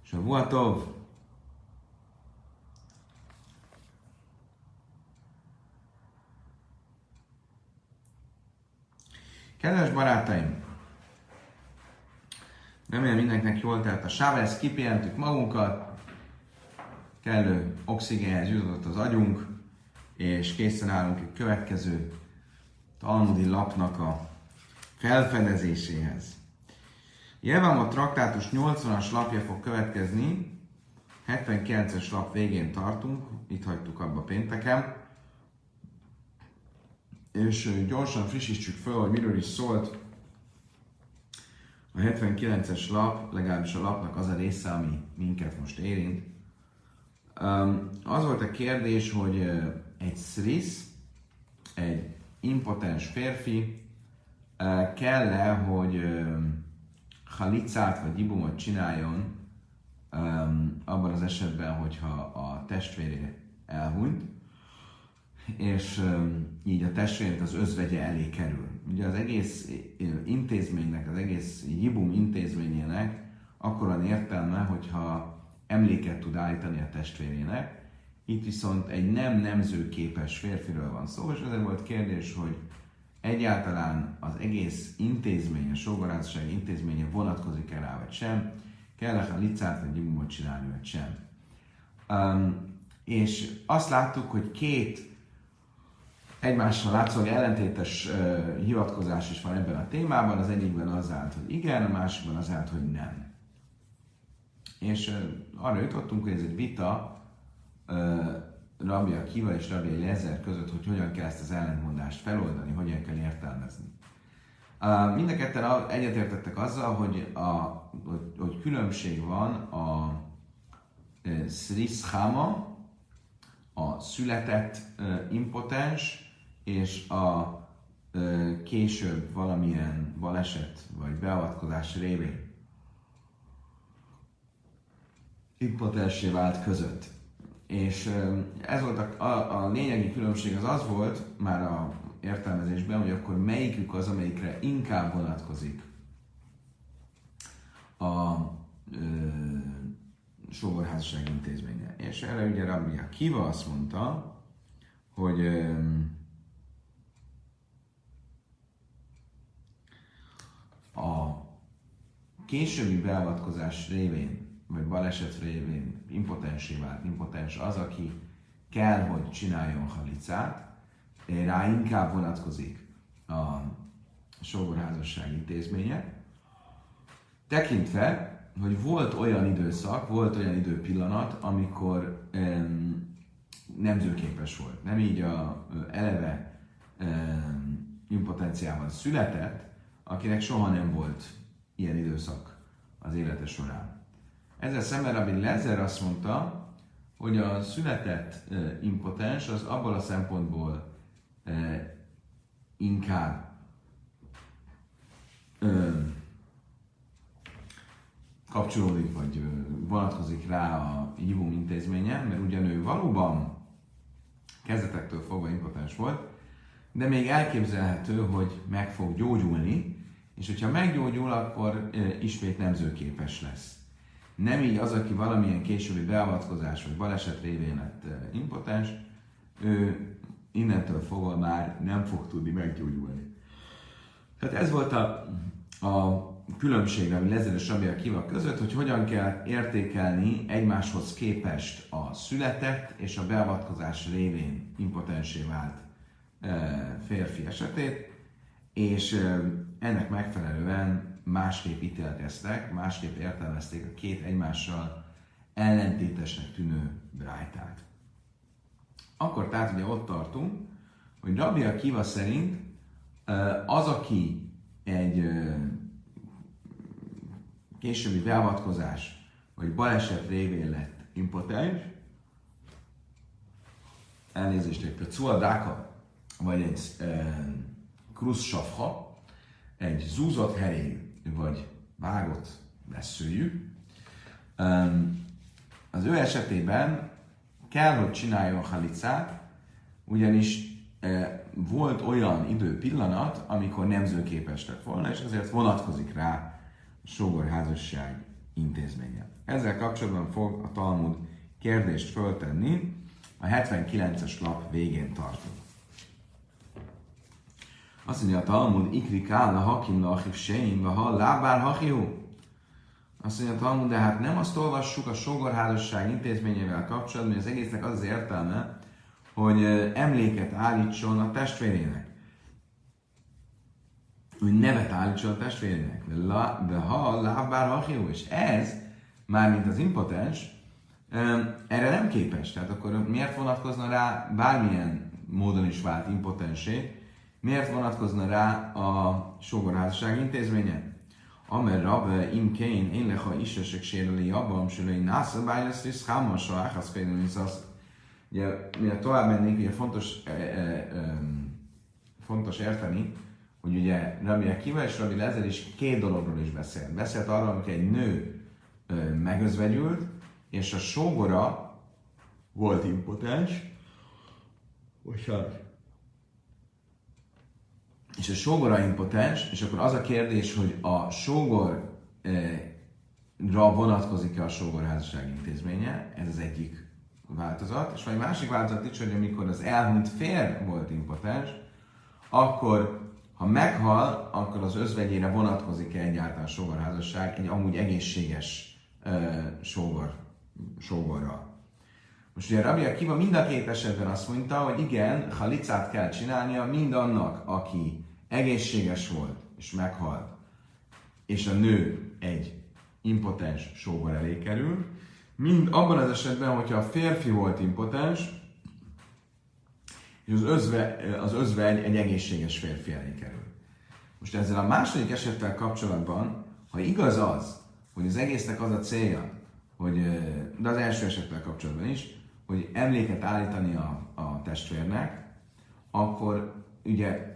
Shavuatov! Kedves barátaim! Remélem mindenkinek jól telt a sáv, kipihentük magunkat, kellő oxigénhez jutott az agyunk, és készen állunk egy következő talmudi lapnak a felfedezéséhez. Jevamot traktátus 80-as lapja fog következni, 79-es lap végén tartunk, itt hagytuk abba pénteken, és gyorsan frissítsük fel, hogy miről is szólt a 79-es lap, legalábbis a lapnak az a része, ami minket most érint. Az volt a kérdés, hogy egy szrisz, egy impotens férfi kell-e, hogy halicát vagy ibumot csináljon abban az esetben, hogyha a testvére elhunyt, és így a testvérét az özvegye elé kerül. Ugye az egész intézménynek, az egész jibum intézményének akkor van értelme, hogyha emléket tud állítani a testvérének. Itt viszont egy nem nemzőképes férfiről van szó, és ezért volt kérdés, hogy egyáltalán az egész intézménye, sógorházasság intézménye vonatkozik-e rá, vagy sem, kell-e licát vagy ibumot csinálni, vagy sem. És azt láttuk, hogy két egymással látszólag ellentétes hivatkozás is van ebben a témában, az egyikben az állt, hogy igen, a másikban az állt, hogy nem. És arra jutottunk, hogy ez egy vita Rabbi Akiva és Rabbi Eliezer között, hogy hogyan kell ezt az ellentmondást feloldani, hogyan kell értelmezni. Mind a ketten egyetértettek azzal, hogy különbség van a szriszháma, a született impotens, és a később valamilyen baleset vagy beavatkozás révén impotensé vált között. És ez volt a lényegi különbség, az volt már a értelmezésben, hogy akkor melyikük az, amelyikre inkább vonatkozik a sógorházasság intézménye. És erre ugye Rabbi Akiva azt mondta, hogy a későbbi beavatkozás révén, vagy baleset révén impotensé vált, impotens az, aki kell, hogy csináljon halicát, rá inkább vonatkozik a sógorházasság intézménye, tekintve, hogy volt olyan időszak, volt olyan időpillanat, amikor nemzőképes volt. Nem így eleve impotenciával született, akinek soha nem volt ilyen időszak az élete során. Ezzel szemben Rabbi Eliezer azt mondta, hogy a született impotens az abból a szempontból inkább kapcsolódik, vagy vonatkozik rá a jibum intézménye, mert ugyan ő valóban kezdetektől fogva impotens volt, de még elképzelhető, hogy meg fog gyógyulni, és hogyha meggyógyul, akkor ismét nemzőképes lesz. Nem így az, aki valamilyen későbbi beavatkozás vagy baleset révén lett impotens, ő innentől fogva már nem fog tudni meggyógyulni. Tehát ez volt a különbség, ami Eliezer és Rabbi Akiva között, hogy hogyan kell értékelni egymáshoz képest a született és a beavatkozás révén impotensé vált férfi esetét, és ennek megfelelően másképp ítélkeztek, másképp értelmezték a két egymással ellentétesnek tűnő brájtát. Akkor tehát ugye ott tartunk, hogy Rabbi Akiva szerint az, aki egy későbbi beavatkozás vagy baleset révén lett impotens, elnézést, egy cuadáka, vagy egy kruszsafha, egy zúzott herény, vagy vágott vesszőjű, az ő esetében kell, hogy csináljon halicát, ugyanis volt olyan időpillanat, amikor nemzőképes lett volna, és ezért vonatkozik rá a sógorházasság intézménye. Ezzel kapcsolatban fog a Talmud kérdést föltenni, a 79-es lap végén tartunk. Azt mondja a Talmud, ikri kála hakim lachiv seim, ha lábár hakihu. Azt mondja a Talmud, de hát nem azt olvassuk a sógorházasság intézményével kapcsolatban, hogy az egésznek az értelme, hogy emléket állítson a testvérének. Hogy nevet állítson a testvérének. De ha lábár hakihu, és ez, mármint az impotens, erre nem képes. Tehát akkor miért vonatkozna rá bármilyen módon is vált impotensé, miért vonatkozna rá a sógorházasság intézménye? Amer Rab imkein én leha isesek sérüli jabam sérüli násza bájlasz és hámasa áhász fejlőni szasz. Ugye, mire tovább mennénk, ugye fontos érteni, hogy ugye Rabbi Akiva és Rabbi Lezer is két dologról is beszélt. Beszélt arról, amikor egy nő megözvegyült, és a sógora volt impotens, és a sógora impotens, és akkor az a kérdés, hogy a sógorra vonatkozik-e a sógorházasság intézménye, ez az egyik változat, és vagy másik változat is, hogy amikor az elhunyt férj volt impotens, akkor ha meghal, akkor az özvegyére vonatkozik-e egyáltalán a sógorházasság egy amúgy egészséges sógorra. Most ugye Rabbi Akiva mind a két esetben azt mondta, hogy igen, halicát kell csinálnia mind annak, aki egészséges volt és meghalt, és a nő egy impotens sógor elé kerül, mind abban az esetben, hogyha a férfi volt impotens, és az özvegy egy egészséges férfi elé kerül. Most ezzel a második esettel kapcsolatban, ha igaz az, hogy az egésznek az a célja, hogy, de az első esettel kapcsolatban is, hogy emléket állítani a testvérnek, akkor ugye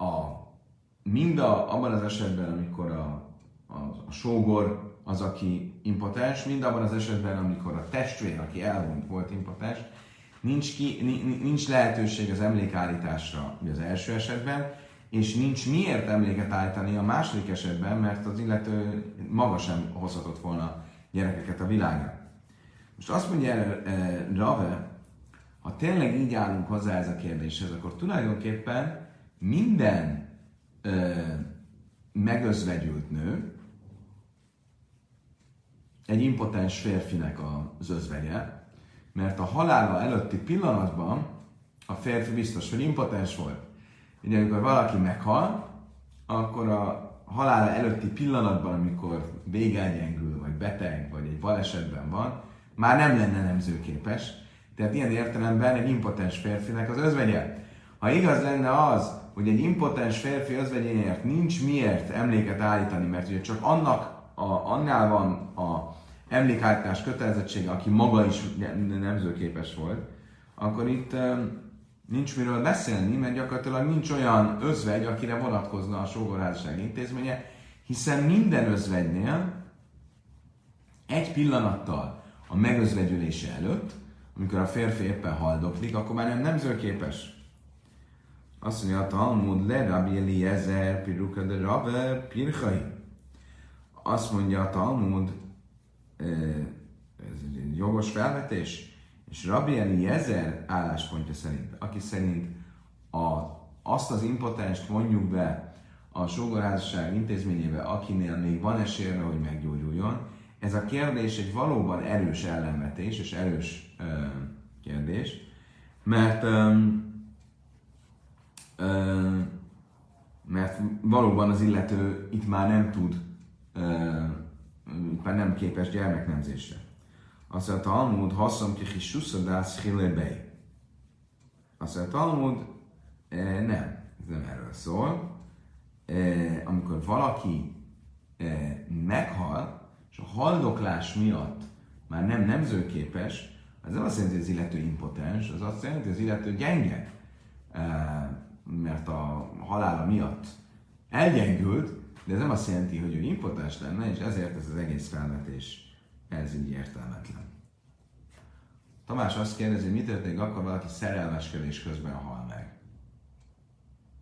abban az esetben, amikor a sógor az, aki impotens, mind abban az esetben, amikor a testvér, aki elhunyt, volt impotens, nincs lehetőség az emlékállításra az első esetben, és nincs miért emléket állítani a második esetben, mert az illető maga sem hozhatott volna gyerekeket a világra. Most azt mondja erre Rave, ha tényleg így állunk hozzá ez a kérdéshez, akkor tulajdonképpen minden megözvegyült nő egy impotens férfinek az özvegye, mert a halála előtti pillanatban a férfi biztos, hogy impotens volt. Ugye amikor valaki meghal, akkor a halála előtti pillanatban, amikor végelgyengül, vagy beteg, vagy egy balesetben van, már nem lenne nemzőképes. Tehát ilyen értelemben egy impotens férfinek az özvegye. Ha igaz lenne az, hogy egy impotens férfi özvegyéért nincs miért emléket állítani, mert ugye csak annál van a emlékállítás kötelezettsége, aki maga is nemzőképes volt, akkor itt nincs miről beszélni, mert gyakorlatilag nincs olyan özvegy, akire vonatkozna a sógorházasság intézménye, hiszen minden özvegynél egy pillanattal a megözvegyülése előtt, amikor a férfi éppen haldoklik, akkor már nem nemzőképes. Azt mondja a Talmud, le Rabbi Eliezer, piruka de Rave, pirchai. Azt mondja a Talmud, ez egy jogos felvetés, és Rabbi Eliezer álláspontja szerint, aki szerint azt az impotenst vonjuk be a sógorházasság intézményébe, akinél még van esélyre, hogy meggyógyuljon, ez a kérdés egy valóban erős ellenvetés és erős kérdés, mert valóban az illető itt már nem tud, itt már nem képes gyermeknemzésre. Azt mondja, a Talmud, haszom ki hissuszadász hillebei. Azt mondja, a Talmud, nem, ez nem erről szól. Amikor valaki meghal, és a haldoklás miatt már nem nemzőképes, az nem azt jelenti, hogy az illető impotens, az azt jelenti, hogy az illető gyenge, mert a halála miatt elgyengült, de ez nem azt jelenti, hogy ő impotens lenne, és ezért ez az egész felvetés, ez így értelmetlen. Tamás azt kérdezi, hogy mi történik akkor valaki szerelmeskedés közben hal meg.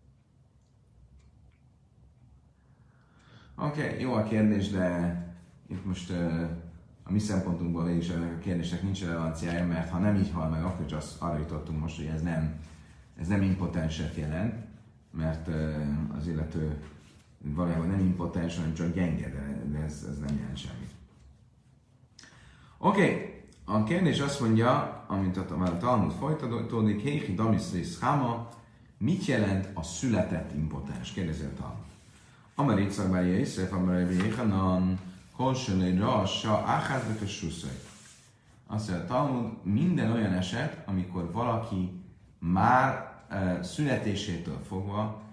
Oké, jó a kérdés, de itt most a mi szempontunkból is ennek a kérdésnek nincs relevanciája, mert ha nem így hal meg, akkor is arra jutottunk most, hogy ez nem impotenset jelent, mert az illető valójában nem impotens, hanem csak gyenge, de ez nem jelent semmit. Oké. A kérdés azt mondja, amint a Talmud folytatódik, Héhi Damiszri Szháma, mit jelent a született impotens? Kérdezi a Talmud. Amerit szakbárja Iszref, Amerit Jéhanan, Kolsönői Rassa, Áházbeke Suszai. Azt mondja a Talmud, minden olyan eset, amikor valaki már születésétől fogva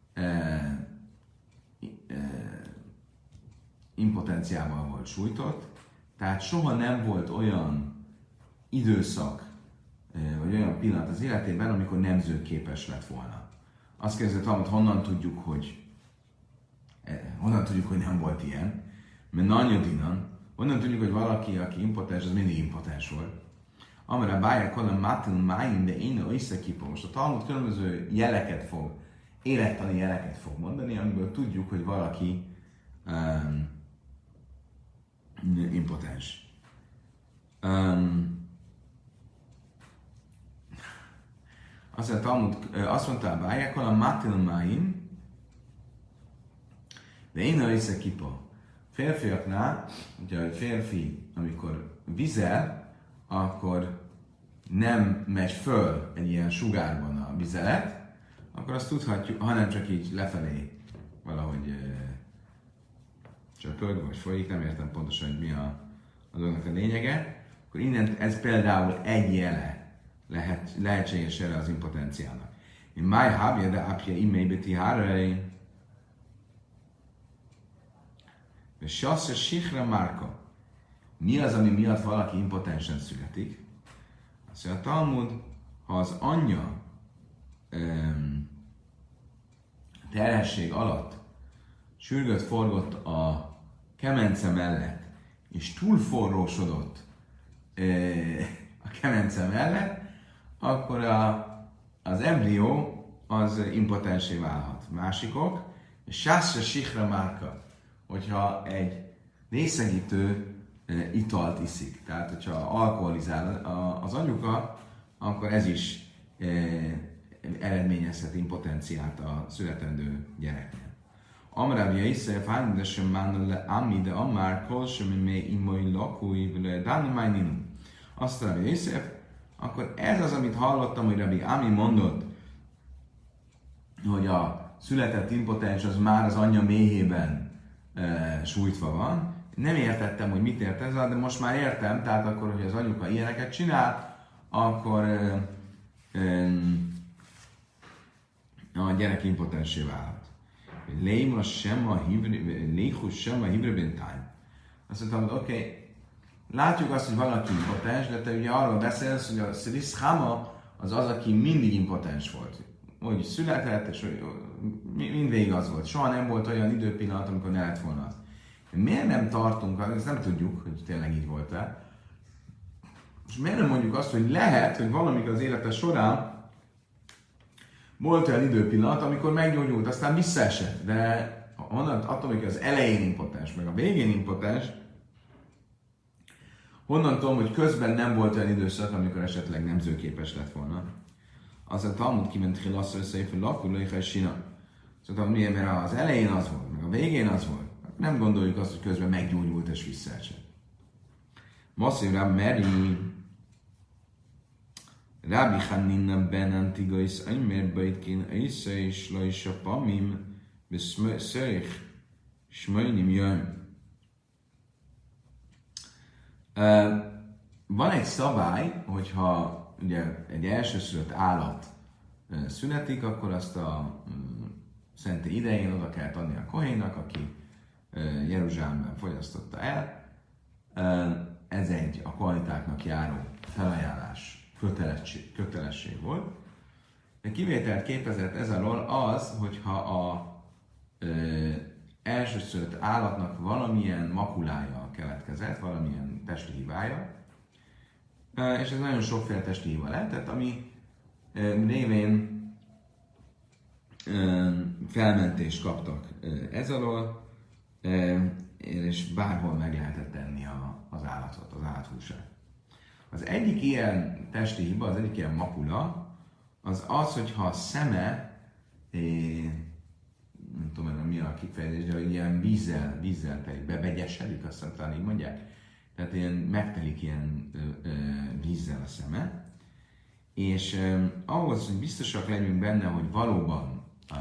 impotenciával volt sújtott, tehát soha nem volt olyan időszak, vagy olyan pillanat az életében, amikor nemzőképes lett volna. Azt kérdezett, hogy honnan tudjuk, hogy nem volt ilyen, mert nagyon innen, honnan tudjuk, hogy valaki, aki impotens, az mindig impotens volt. Amire báják honnan mátil máim, de én összekipom. Most a Talmud különböző jeleket élettani jeleket fog mondani, amiből tudjuk, hogy valaki impotens. Azt mondta a báják, a mátil máim, de én a összekipa. Férfiaknál, ugye a férfi, amikor vizel, akkor nem megy föl egy ilyen sugárban a vizelet, akkor azt tudhatjuk, hanem csak így lefelé valahogy csöpög, vagy folyik, nem értem pontosan, hogy mi a dolognak a lényege, akkor innen ez például egy jele lehetséges erre az impotenciának. Én máj hábja, de apja imély hárai, és sassza sikra márka. Mi az, ami miatt valaki impotensen születik? Azt mondja a Talmud, ha az anyja terhesség alatt sürgött forgott a kemence mellett, és túlforrósodott a kemence mellett, akkor az embrió az impotensé válhat. Másikok, sászra sikra márka, hogyha egy részegítő italt iszik. Tehát, hogyha alkoholizál az anyuka, akkor ez is eredményezhet impotenciát a születendő gyereknél. Amráv Jaiszer, Fándesem Mánul le Ami, de Amár, Kolsemi mé imoi lakói, vele Dánumáj Ninum. Azt mondja Jaiszer, akkor ez az, amit hallottam, hogy Rabbi Ami mondott, hogy a született impotens az már az anyja méhében sújtva van. Nem értettem, hogy mit ért ez, de most már értem, tehát akkor, hogy az anyuka ilyeneket csinál, akkor a gyerek impotensé válhat. Léhus sem a hibreben time. Azt mondtam, hogy oké, látjuk azt, hogy valaki impotens, de te ugye arról beszélsz, hogy a Szriszháma az az, aki mindig impotens volt. Hogy született, és mindvégig az volt. Soha nem volt olyan időpillanat, amikor ne lett volna az. Miért nem tartunk, ezt nem tudjuk, hogy tényleg így volt-e. És miért nem mondjuk azt, hogy lehet, hogy valamikor az élete során volt olyan időpillanat, amikor meggyógyult, aztán visszaesett. De attól, hogy az elején impotens, meg a végén impotens, honnan tudom, hogy közben nem volt olyan időszak, amikor esetleg nemzőképes lett volna. Az a Talmud kiment Hilasszor szépen lakulói sina. Szóval miért, mert az elején az volt, meg a végén az volt. Nem gondoljuk azt, hogy közben meggyógyult és visszaesett. Masszívra Meri Rabbi Hanina ben Antigais Aimer Baitkin Aisa és Laisa Pamim Beszörich Smajnim Jöjm. Van egy szabály, hogyha ugye egy elsőszülött állat születik, akkor azt a szenti idején oda kell adni a kohénnak, aki Jeruzsálemben fogyasztotta el. Ez egy a kohanitáknak járó felajánlás, kötelesség volt. De kivételt képezett ez alól az, hogyha a elsőszülött állatnak valamilyen makulája keletkezett, valamilyen testi hibája, és ez nagyon sokféle testi hiba lehetett, ami révén felmentést kaptak ez alól, és bárhol meg lehetett enni az állatot, az állathúsát. Az egyik ilyen testi hiba, az egyik ilyen makula, az az, hogyha a szeme, nem tudom, mi a kifejezés, de ilyen vízzel telik, bebegyesedik, azt hiszem, talán így mondják. Tehát ilyen megtelik ilyen vízzel a szeme. És ahhoz, hogy biztosak legyünk benne, hogy valóban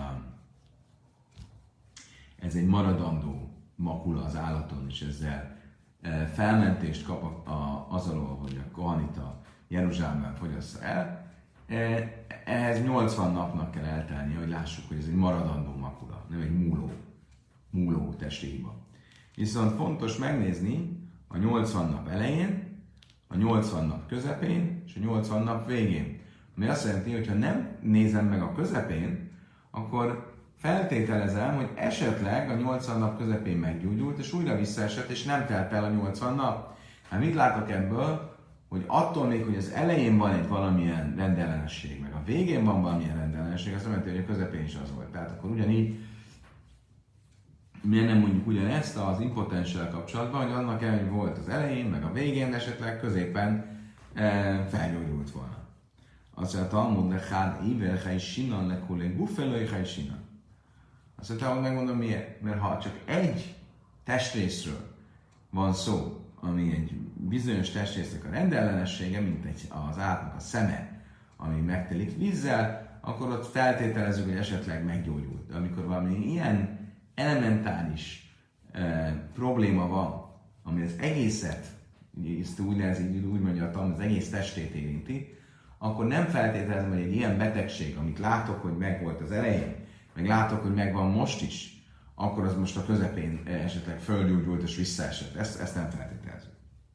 ez egy maradandó makula az állaton, és ezzel felmentést kap az alól, hogy a kohanita Jeruzsálemben fogyassza el, ehhez 80 napnak kell eltelni, hogy lássuk, hogy ez egy maradandó makula, nem egy múló testi hiba. Viszont fontos megnézni a 80 nap elején, a 80 nap közepén és a 80 nap végén. Ami azt jelenti, hogy ha nem nézem meg a közepén, akkor feltételezem, hogy esetleg a 80 nap közepén meggyógyult, és újra visszaesett, és nem telt el a 80 nap. Hát mit látok ebből? Hogy attól még, hogy az elején van egy valamilyen rendellenesség, meg a végén van valamilyen rendellenesség, azt jelenti, hogy a közepén is az volt. Tehát akkor ugyanígy, miért nem mondjuk ugyanezt az impotenssel kapcsolatban, hogy annak ellenére volt az elején, meg a végén, esetleg középen felgyógyult volna. Azt mondja, Talmud lehád ível hajsinan lekulé guffelői hajsinan. Azt mondta, hogy megmondom miért. Mert ha csak egy testrészről van szó, ami egy bizonyos testrésznek a rendellenessége, mint az állatnak a szeme, ami megtelik vízzel, akkor ott feltételezzük, hogy esetleg meggyógyult. De amikor valami ilyen elementáris probléma van, ami az egészet, ezt úgy mondja a tanul, az egész testét érinti, akkor nem feltételezem, hogy egy ilyen betegség, amit látok, hogy megvolt az elején, meg látok, hogy megvan most is, akkor az most a közepén esetleg földgyógyult és visszaesett. Ezt nem feltételezem.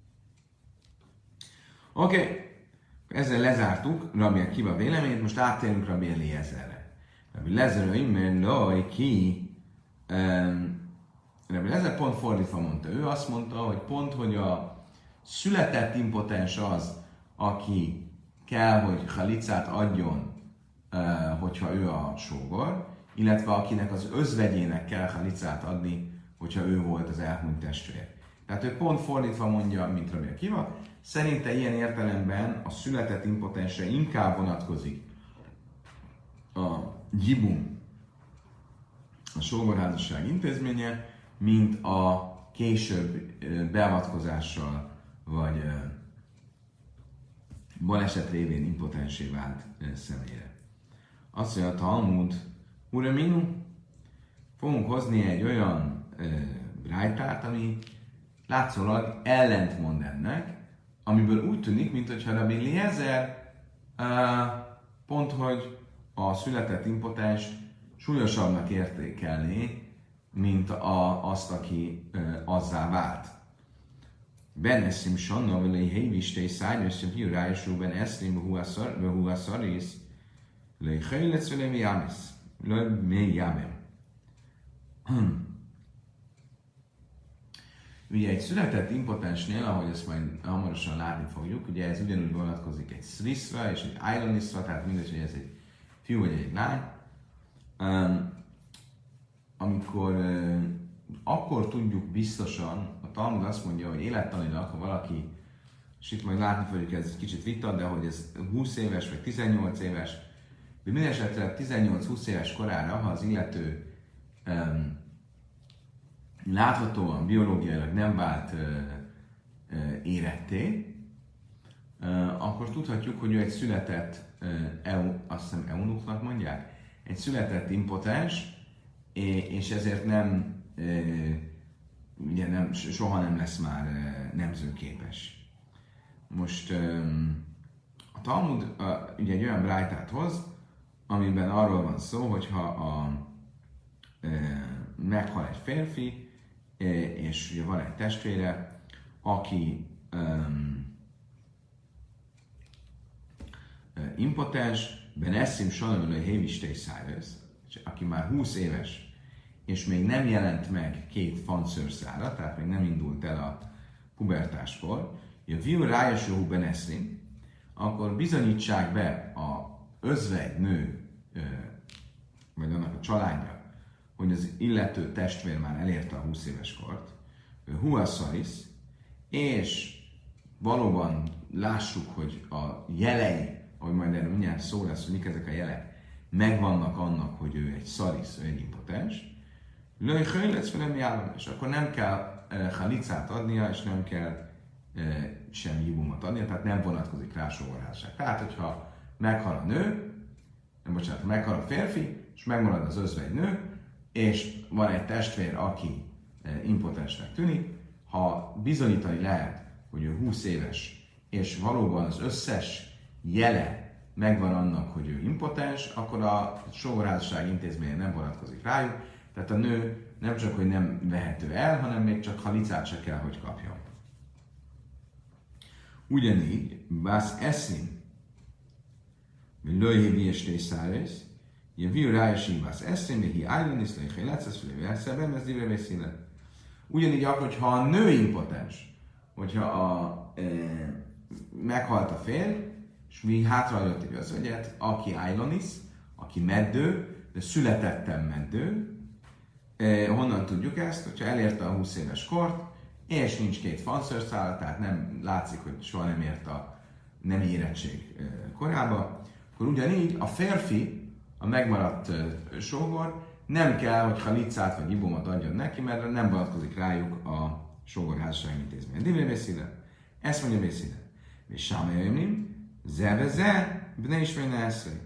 Oké. Ezzel lezártuk Rabbi Akiva véleményét, most áttérünk Rabbi Eliezerre. Rabbi Eliezer immer loj ki. Rabbi Eliezer pont fordítva mondta. Ő azt mondta, hogy pont, hogy a született impotens az, aki kell, hogy halicát adjon, hogyha ő a sógor, illetve akinek az özvegyének kell halicát adni, hogyha ő volt az elhunyt testvér. Tehát ő pont fordítva mondja, mint Rabbi Akiva. Szerinte ilyen értelemben a született impotensre inkább vonatkozik a gyibum, a sógorházasság intézménye, mint a később beavatkozással vagy baleset révén impotensé vált személyre. Azt mondja a Talmud, Uraminu, fogunk hozni egy olyan brájtát, ami látszólag ellentmond ennek, amiből úgy tűnik, mintha Rabbi Eliezer pont, hogy a született impotens súlyosabbnak értékelné, mint azt, aki azzá vált. Ben eszim sanna, vele hévisté szájnösszim hiú rájusú, ben eszim behúva szarész, le hejlec vele mi jámesz, le mi jámem. Ugye egy született impotensnél, ahogy ezt majd hamarosan látni fogjuk, ugye ez ugyanúgy vonatkozik egy szriszra és egy ájlaniszra, tehát mindegy, hogy ez egy fiú vagy egy lány. Akkor tudjuk biztosan, a Talmud azt mondja, hogy élettanilag, ha valaki, és itt majd látni fogjuk, ez egy kicsit vita, de hogy ez 20 éves vagy 18 éves, de minden esetre 18-20 éves korára, ha az illető láthatóan, biológiailag nem vált éretté, akkor tudhatjuk, hogy ő egy született, azt hiszem eunuknak mondják, egy született impotens, és ezért nem, ugye soha nem lesz már nemzőképes. Most a Talmud ugye egy olyan brájtát hoz, amiben arról van szó, hogyha meghal egy férfi, és ugye van egy testvére, aki impotens, ben eszim sanamölő hévisté szájvesz, aki már 20 éves, és még nem jelent meg 2 fanszőrszára, tehát még nem indult el a pubertáskor, a viu rájasú ben eszim, akkor bizonyítsák be a özvegy nő, vagy annak a családja, hogy az illető testvér már elérte a 20 éves kort, huaszaris, és valóban lássuk, hogy a jelei, ahogy majd erről mindjárt szó lesz, hogy mik ezek a jelek, megvannak annak, hogy ő egy szarisz, ő egy impotens, lőj hőlec felemi állam, és akkor nem kell halicát adnia, és nem kell sem jibumot adnia, tehát nem vonatkozik rá sógorházasság. Tehát, hogyha meghal a nő, meghal a férfi, és megmarad az özvegy és van egy testvér, aki impotensnek tűnik, ha bizonyítani lehet, hogy ő 20 éves, és valóban az összes jele megvan annak, hogy ő impotens, akkor a sógorházasság intézménye nem vonatkozik rájuk, tehát a nő nem csak, hogy nem vehető el, hanem még csak halicát se kell, hogy kapjon. Ugyanígy, bász eszim, lőjévi és tészárész, ilyen viu ráesik bász eszim, hi ájlanisz, lőjévi lecesz, lőjévi elszebem, ez divre vészílet. Ugyanígy akkor, hogyha a nő impotens, hogyha meghalt a férj, és mi hátrajött egy özvegyet, aki ájlanisz, aki meddő, de születettem meddő, honnan tudjuk ezt, hogyha elérte a 20 éves kort, és nincs két fanszörszál, tehát nem látszik, hogy soha nem ért a nem érettség korába, akkor ugyanígy a férfi, a megmaradt sógor, nem kell, hogy halicát vagy ibumot adjon neki, mert nem vonatkozik rájuk a sógorházasság intézmény. Divre beszélet. Ezt mondja beszélet. És sámelyömnim, zeveze, bne is vagy neheszre.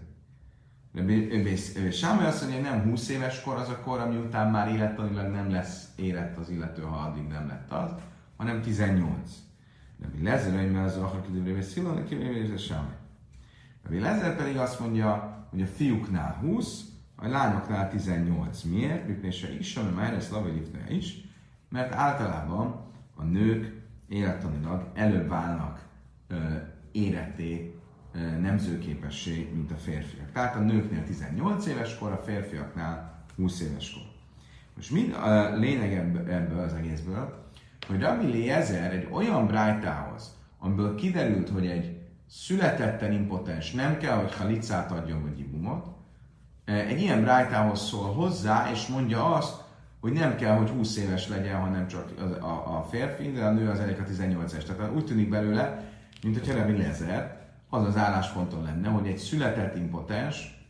Sámely azt mondja, hogy nem 20 éves kor az a kor, ami után már élettanilag nem lesz érett az illető, ha addig nem lett az, hanem 18. De mi lezer, hogy már az akar kidőre beszél, de kivérőző Sámely. De Lezer pedig azt mondja, hogy a fiúknál 20, a lányoknál 18. Miért? Működése is, ami már ezt lavelyifne is, mert általában a nők élettanilag előbb válnak éretté, nemzőképessé, mint a férfiak. Tehát a nőknél 18 éves kor, a férfiaknál 20 éves kor. Most mi a lényeg ebből az egészből, hogy Rabbi Eliezer egy olyan brájtához, amiből kiderült, hogy egy születetten impotens nem kell, hogy halicát adjon vagy ibumot, egy ilyen brájtához szól hozzá, és mondja azt, hogy nem kell, hogy 20 éves legyen, hanem csak a férfi, de a nő az elég a 18 es. Tehát úgy tűnik belőle, mint hogyha Rabbi Eliezer az az állásponton lenne, hogy egy született impotens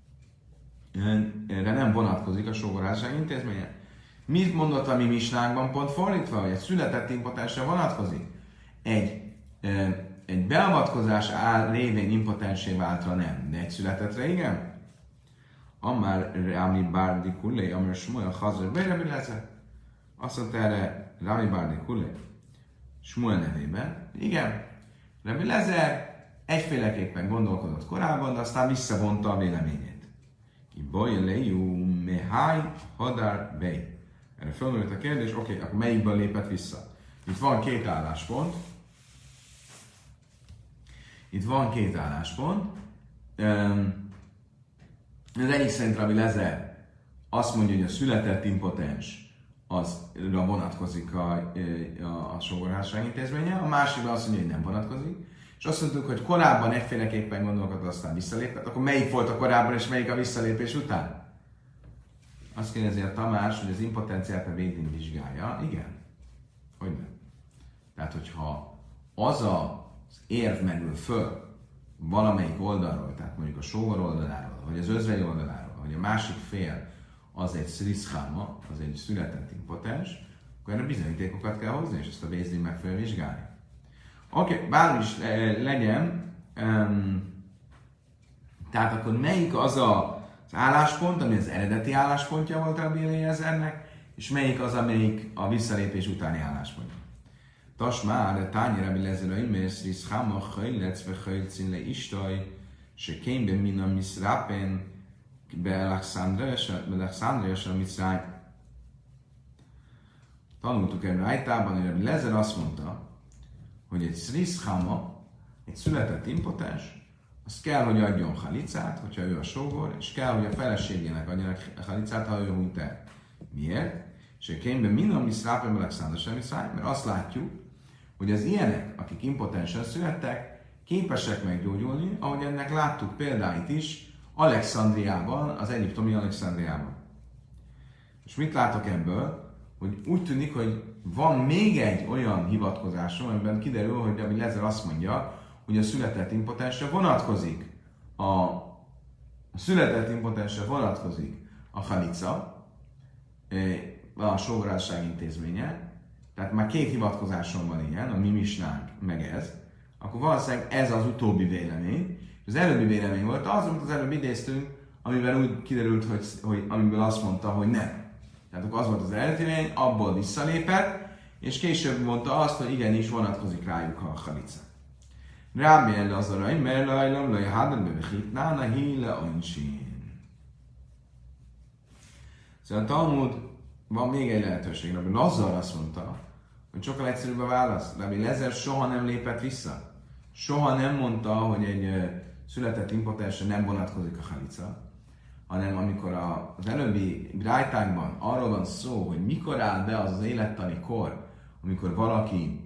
erre nem vonatkozik a sógorházasság intézménye. Mit mondott a mi misnánkban pont fordítva, hogy egy született impotensre vonatkozik? Egy beavatkozás révén impotensé váltra nem, de egy születettre igen? Amár Rami Bárdi Kulé, amár Smuel Hazar, be Rabbi Eliezer. Azt mondta erre Rami Bárdi Kulé, Smuel nevében, igen, Rabbi Eliezer egyféleképpen gondolkodott korábban, de aztán visszavonta a véleményét. Ibolyelejú mehaj hadar bej. Erre fölmerült a kérdés, oké, akkor melyikből lépett vissza? Itt van két álláspont. Az egyik szerint Rabbi Eliezer azt mondja, hogy a született impotens azra vonatkozik a sógorházasság intézménye, a másikban azt mondja, hogy nem vonatkozik. És azt mondtuk, hogy korábban egyféleképpen gondolkodott, aztán visszalépett, akkor melyik volt a korábban, és melyik a visszalépés után? Azt kérdezi a Tamás, hogy az impotenciát a végén vizsgálja. Igen. Hogy nem? Tehát, hogyha az érv merül föl valamelyik oldalról, tehát mondjuk a sógor oldaláról, vagy az özvegy oldaláról, vagy a másik fél az egy szriszháma, az egy született impotens, akkor erre bizonyítékokat kell hozni, és ezt a Bézdin meg fogja vizsgálni. Oké, bármi is legyen, tehát akkor melyik az az álláspont, ami az eredeti álláspontja volt Rabbi Eliezernek, és melyik az, amelyik a visszalépés utáni álláspontja. Tasmár, de tányi Rabbi Eliezer a imész, riszháma, hajlec, ve hajlcin le istaj, se kémben min a miszrápen, be Alexandria, a miszráj. Tanultuk ebben ájtában, hogy Rabbi Eliezer azt mondta, hogy egy szriszháma, egy született impotens, az kell, hogy adjon halicát, hogyha ő a sógor, és kell, hogy a feleségének adjon halicát, ha ő hunyt el. Miért? És a könyvben minden miszrápen Alexandra sem miszráj, mert azt látjuk, hogy az ilyenek, akik impotensen születtek, képesek meggyógyulni, ahogy ennek láttuk példáit is Alexandriában, az egyiptomi Alexandriában. És mit látok ebből? Hogy úgy tűnik, hogy van még egy olyan hivatkozásom, amiben kiderül, hogy Rabbi Lezer azt mondja, hogy a született impotensre vonatkozik a halica, a sógorásság intézménye, tehát már két hivatkozásom van ilyen, a mi misnánk, meg ez, akkor valószínűleg ez az utóbbi vélemény. Az előbbi vélemény volt az, amit az előbb idéztünk, amiben úgy kiderült, hogy amiből azt mondta, hogy nem. Tehát akkor az volt az eredeti vélemény, abból visszalépett, és később mondta azt, hogy igenis vonatkozik rájuk a halica. Rábbi el az arai, mert lajlam, laj hádam bevechit, nána híle oncsin. Szóval a Talmud van még egy lehetőség, Rabbi Lazar azt mondta, hogy sokkal egyszerűbb a válasz. Rabbi Lezer soha nem lépett vissza. Soha nem mondta, hogy egy született impotensre nem vonatkozik a halica, hanem amikor az előbbi brájtákban arról van szó, hogy mikor áll be az élettani kor, amikor valaki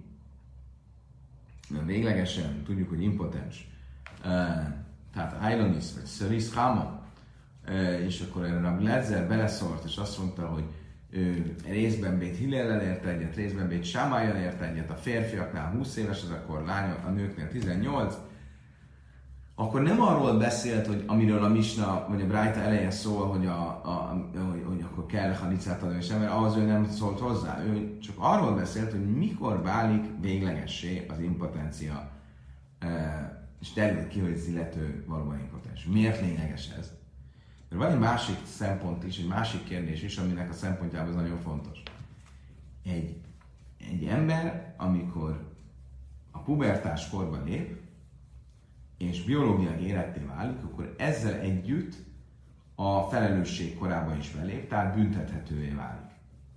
véglegesen tudjuk, hogy impotens, tehát Ailonis vagy Szöris Hama, és akkor erre Rabbi Lezer beleszólt, és azt mondta, hogy részben Bét Hillellel ért egyet, részben Bét Sámájjal ért egyet, a férfiaknál 20 éves, az akkor a nőknél 18, akkor nem arról beszélt, hogy amiről a Misna vagy a Brájta eleje szól, hogy akkor kell halicát adni, és nem, mert ahhoz ő nem szólt hozzá. Ő csak arról beszélt, hogy mikor válik véglegessé az impotencia, és derült ki, hogy az illető valóban impotens. Miért lényeges ez? Mert van egy másik szempont is, egy másik kérdés is, aminek a szempontjában ez nagyon fontos. Egy ember, amikor a pubertás korba lép, és biológiai éretté válik, akkor ezzel együtt a felelősség korába is belép, tehát büntethetővé válik.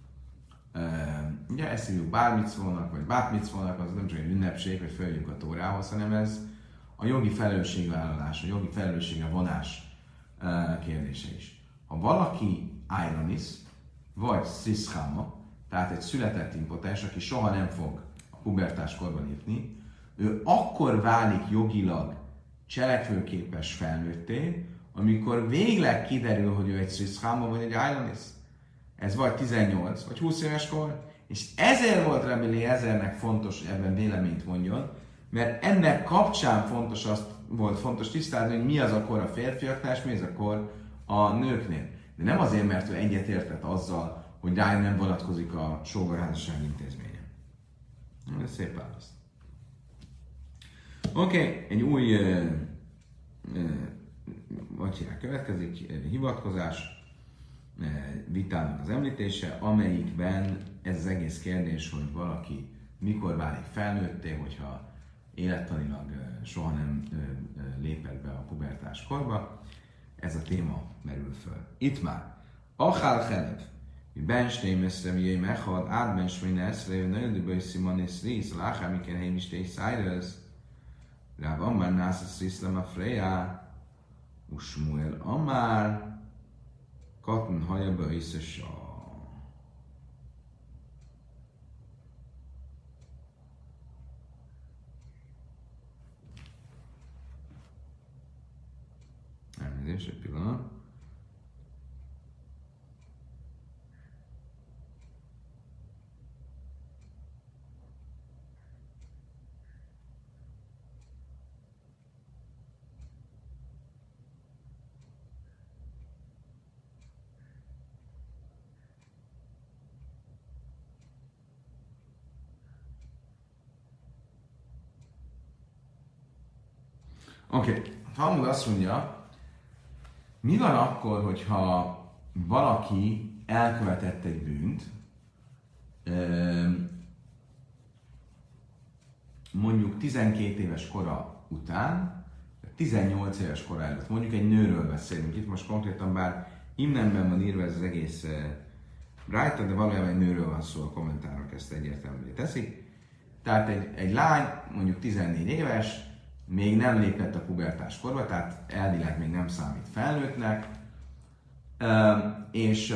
Ugye ezt hívjuk bármicvónak, vagy bátmicvónak, az nem csak egy ünnepség, hogy följünk a Tórához, hanem ez a jogi felelősségvállalás, a jogi felelősségre vonás kérdése is. Ha valaki Aironis, vagy Sziszháma, tehát egy született impotens, aki soha nem fog a pubertás korba lépni, ő akkor válik jogilag cselekvőképes felnőtté, amikor végleg kiderül, hogy ő egy Sziszháma vagy egy Aironis. Ez vagy 18, vagy 20 éves kor, és ezért volt Rabbi Eliezernek fontos, hogy ebben véleményt mondjon, mert ennek kapcsán volt fontos tisztázni, hogy mi az a kor a férfiaknál, és mi az a kor a nőknél. De nem azért, mert ő egyetértett azzal, hogy rájuk nem vonatkozik a sógorházasság intézménye. Ez szép válasz. Oké, egy új következik, hivatkozás, vitának az említése, amelyikben ez az egész kérdés, hogy valaki mikor válik felnőtté, hogyha élettanilag soha nem lépett be a pubertás korba. Ez a téma merül föl. Itt már. Achál Chelev, Ben Stémeszre, Mié Mechad, Ádben Smine Eszre, Nöldőből Simon és Rísz, Láhá Miken Hémisté Szájrez, Ráv Amár Nászesz Ríszlem a Freya, Usmuel Amár, Katn Hajabe Iszesa. Elnézést, egy pillanat. Oké, Talmud azt mondja, mi van akkor, hogyha valaki elkövetett egy bűnt, mondjuk 12 éves kora után, 18 éves kora előtt, mondjuk egy nőről beszélünk, itt most konkrétan bár imnemben van írva ez az egész rajta, de valójában egy nőről van szó, a kommentárok ezt egyértelművé teszik. Tehát egy lány, mondjuk 14 éves, még nem lépett a pubertás korba, tehát elvileg még nem számít felnőttnek, és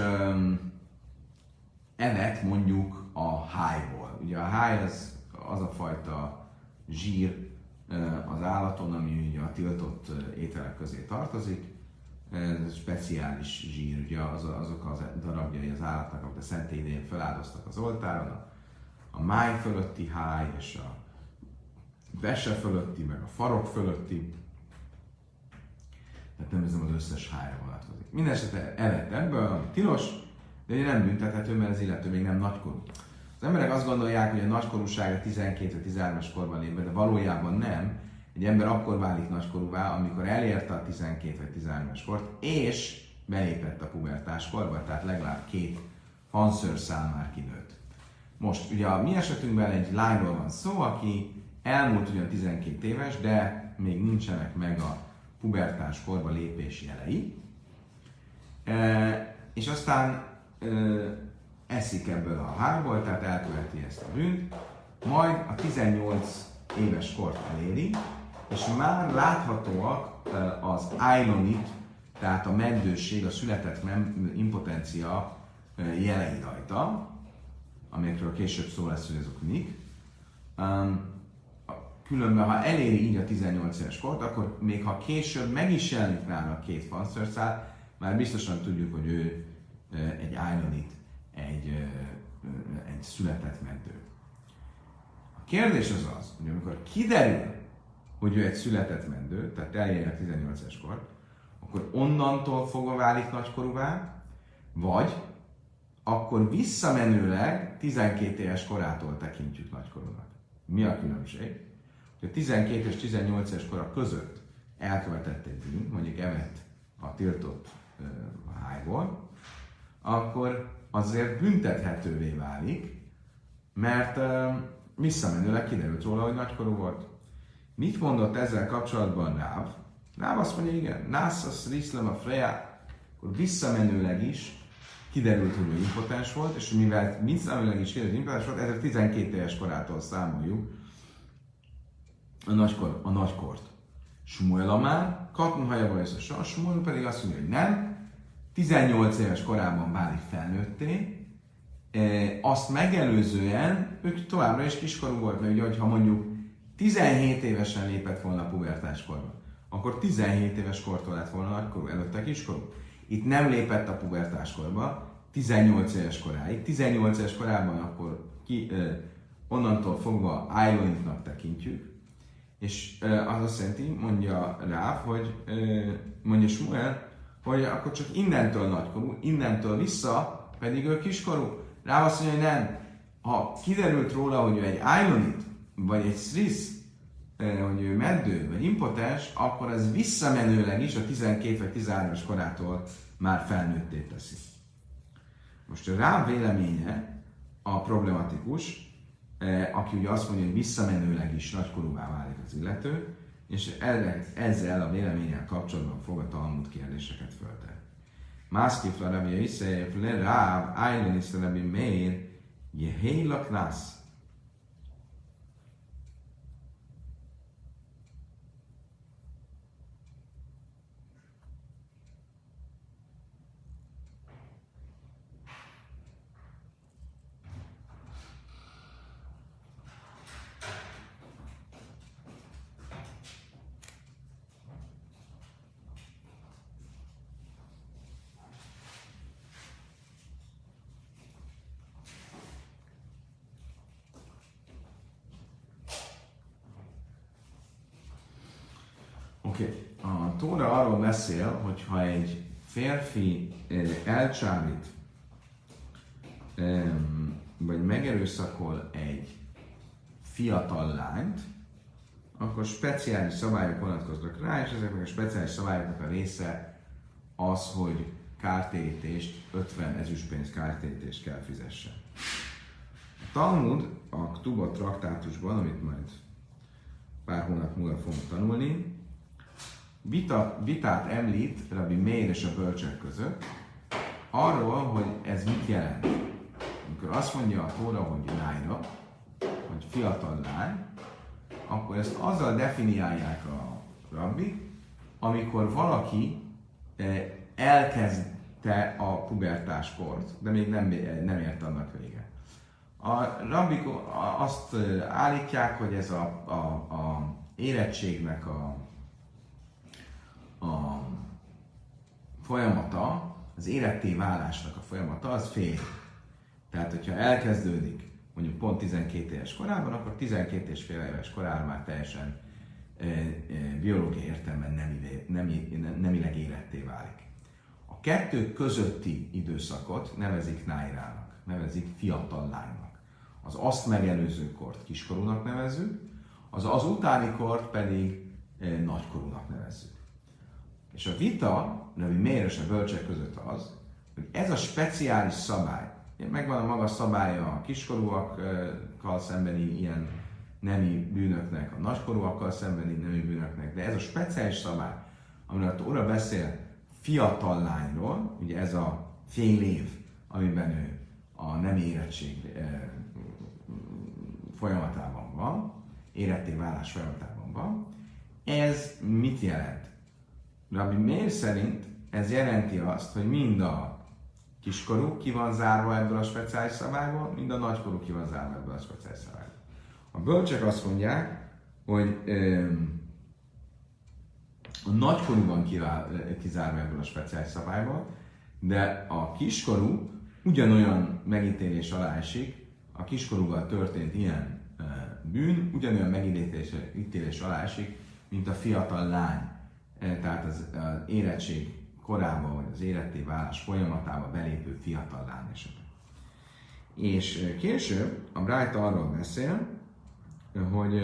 evett mondjuk a hájból. Ugye a háj az a fajta zsír az állaton, ami ugye a tiltott ételek közé tartozik. Ez speciális zsír, ugye azok az darabjai az állatnak, amit a szentély idején feláldoztak az oltáron, a máj fölötti háj, és a vese fölötti, meg a farok fölötti. Tehát nem ez nem az összes hájra vonatkozik. Mindenesetre elett ebből tilos, de ugye nem büntethető, mert az illető még nem nagykorú. Az emberek azt gondolják, hogy a nagykorúsága 12 vagy 13-as korban lép be, de valójában nem. Egy ember akkor válik nagykorúvá, amikor elérte a 12 vagy 13-as kort, és belépett a pubertás korba, tehát legalább 2 fanszőrszál már kinőtt. Most ugye a mi esetünkben egy lányról van szó, aki elmúlt ugyan 12 éves, de még nincsenek meg a pubertás korba lépés jelei, és aztán eszik ebből a hárból, tehát elköveti ezt a bűnt, majd a 18 éves kort eléri, és már láthatóak az ájlonit, tehát a meddőség, a született impotencia jelei rajta, amelyekről később szó lesz, hogy azok mik. Különben, ha eléri így a 18 éves kort, akkor még ha később meg is jelenik nála 2 fanszőrszál, már biztosan tudjuk, hogy ő egy ájlonit, egy született meddő. A kérdés az, hogy amikor kiderül, hogy ő egy született meddő, tehát eljön a 18 éves kor, akkor onnantól fogva válik nagykorúvá, vagy akkor visszamenőleg 12 éves korától tekintjük nagykorúnak. Mi a különbség? Hogy a 12 és 18 éves kora között elkövetett egy bűnt, mondjuk evett a tiltott hájból, akkor azért büntethetővé válik, mert visszamenőleg kiderült róla, hogy nagykorú volt. Mit mondott ezzel kapcsolatban Ráv? Ráv azt mondja, igen, Nászas Riszlem a Freya, akkor visszamenőleg is kiderült, hogy ő impotens volt, és mivel visszamenőleg is kiderült, hogy impotens volt, ezért 12 éves korától számoljuk a nagykort. Smuel Amár, Katnu hajaba és a Smuel pedig azt mondja, hogy nem, 18 éves korában válik felnőtté, azt megelőzően ők továbbra is kiskorú volt, mert ugye, ha mondjuk 17 évesen lépett volna a pubertáskorba, akkor 17 éves kortól lett volna nagykorú, előtte kiskorú. Itt nem lépett a pubertáskorba, 18 éves koráig. 18 éves korában akkor onnantól fogva ájlonitnak tekintjük, és az azt jelenti, mondja Ráv, hogy mondja Smuel, hogy akkor csak innentől nagykorú, innentől vissza pedig ő kiskorú. Ráv azt mondja, hogy nem. Ha kiderült róla, hogy ő egy ájlonit, vagy egy szrisz, hogy ő meddő, vagy impotens, akkor ez visszamenőleg is a 12 vagy 13-as korától már felnőtté teszi. Most a Ráv véleménye a problematikus, aki ugye azt mondja, hogy visszamenőleg is nagykorúvá válik az illető, és ezzel a véleménnyel kapcsolatban fog a Talmud kérdéseket föltenni. Mászkifla Rabbi Iszéf, le Ráv, Ájlonisz Rabbi Meir, Jehélak Nász. Oké. A Tóra arról beszél, hogy ha egy férfi elcsábít, vagy megerőszakol egy fiatal lányt, akkor speciális szabályok vonatkoznak rá, és ezeknek a speciális szabályoknak a része az, hogy kártérítést, 50 ezüstpénz kártérítést kell fizessen. A Talmud, a Ktubot traktátusban, amit majd pár hónap múlva fogunk tanulni, vitát említ Rabbi Meir és a bölcsek között arról, hogy ez mit jelent. Amikor azt mondja a Tóra, hogy nájra, hogy fiatal lány, akkor ezt azzal definiálják a rabbi, amikor valaki elkezdte a pubertáskort, de még nem ért annak vége. A rabbik azt állítják, hogy ez a érettségnek a folyamata, az éretté válásnak a folyamata, az fél. Tehát, hogyha elkezdődik mondjuk pont 12 éves korában, akkor 12 és fél éves korában már teljesen biológiai értelemben nemileg éretté válik. A kettő közötti időszakot nevezik nájrának, nevezik fiatal lánynak. Az azt megelőző kort kiskorúnak nevezzük, az utáni kort pedig nagykorúnak nevezzük. És a vita, Rabbi Meir és a bölcsek között az, hogy ez a speciális szabály, megvan a maga szabálya a kiskorúakkal szembeni ilyen nemi bűnöknek, a nagykorúakkal szembeni nemi bűnöknek, de ez a speciális szabály, amiről a Tóra beszél fiatal lányról, ugye ez a fél év, amiben ő a nemi érettség folyamatában van, éretté válás folyamatában van, ez mit jelent? Rabbi Meir szerint ez jelenti azt, hogy mind a kiskorú ki van zárva ebből a speciális szabályból, mind a nagykorú ki van zárva ebből a speciális szabályból. A bölcsek azt mondják, hogy a nagykorú van kizárva ebből a speciális szabályból, de a kiskorú ugyanolyan megítélés alá esik, a kiskorúval történt ilyen bűn, ugyanolyan megítélés alá esik, mint a fiatal lány. Tehát az érettség korában, vagy az éretté válás folyamatában belépő fiatal lány esetben. És később a Brájta arról beszél, hogy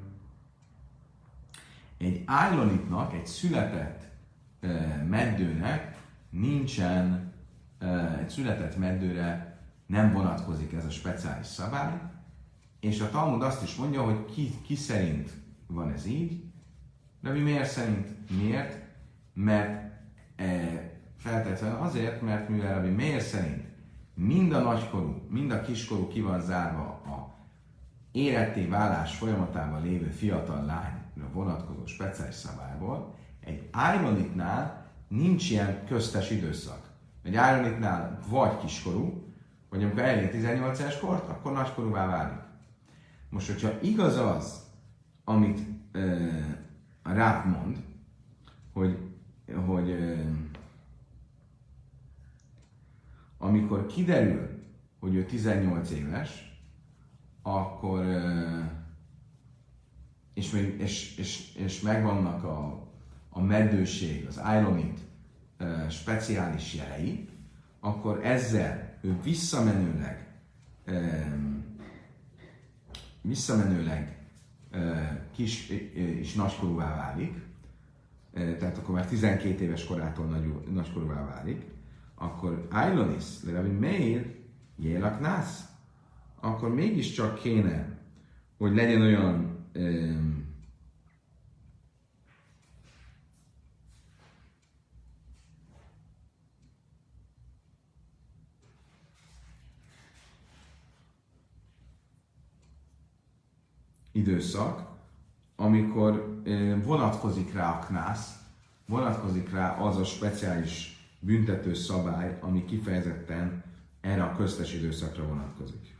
egy ájlonitnak, egy született meddőnek nincsen, egy született meddőre nem vonatkozik ez a speciális szabály, és a Talmud azt is mondja, hogy ki szerint van ez így. Rabbi Meir szerint miért? Mert feltétlenül azért, mert mivel Rabbi Meir szerint mind a nagykorú, mind a kiskorú ki van zárva a éretté válás folyamatában lévő fiatal lányra vonatkozó speciális szabályból, egy ájlonitnál nincs ilyen köztes időszak. Egy ájlonitnál vagy kiskorú, vagy amikor elér 18 éves kort, akkor nagykorúvá válik. Most, hogyha igaz az, amit a Ráv mond, hogy amikor kiderül, hogy ő 18 éves, akkor és megvannak a meddőség, az ájlonit speciális jelei, akkor ezzel ő visszamenőleg kis és nagykorúvá válik, tehát akkor már 12 éves korától nagykorúvá válik, akkor Ájlonis, de Rabbi Meir, Jélaknász, akkor mégiscsak kéne, hogy legyen olyan időszak, amikor vonatkozik rá a knász, vonatkozik rá az a speciális büntető szabály, ami kifejezetten erre a köztes időszakra vonatkozik.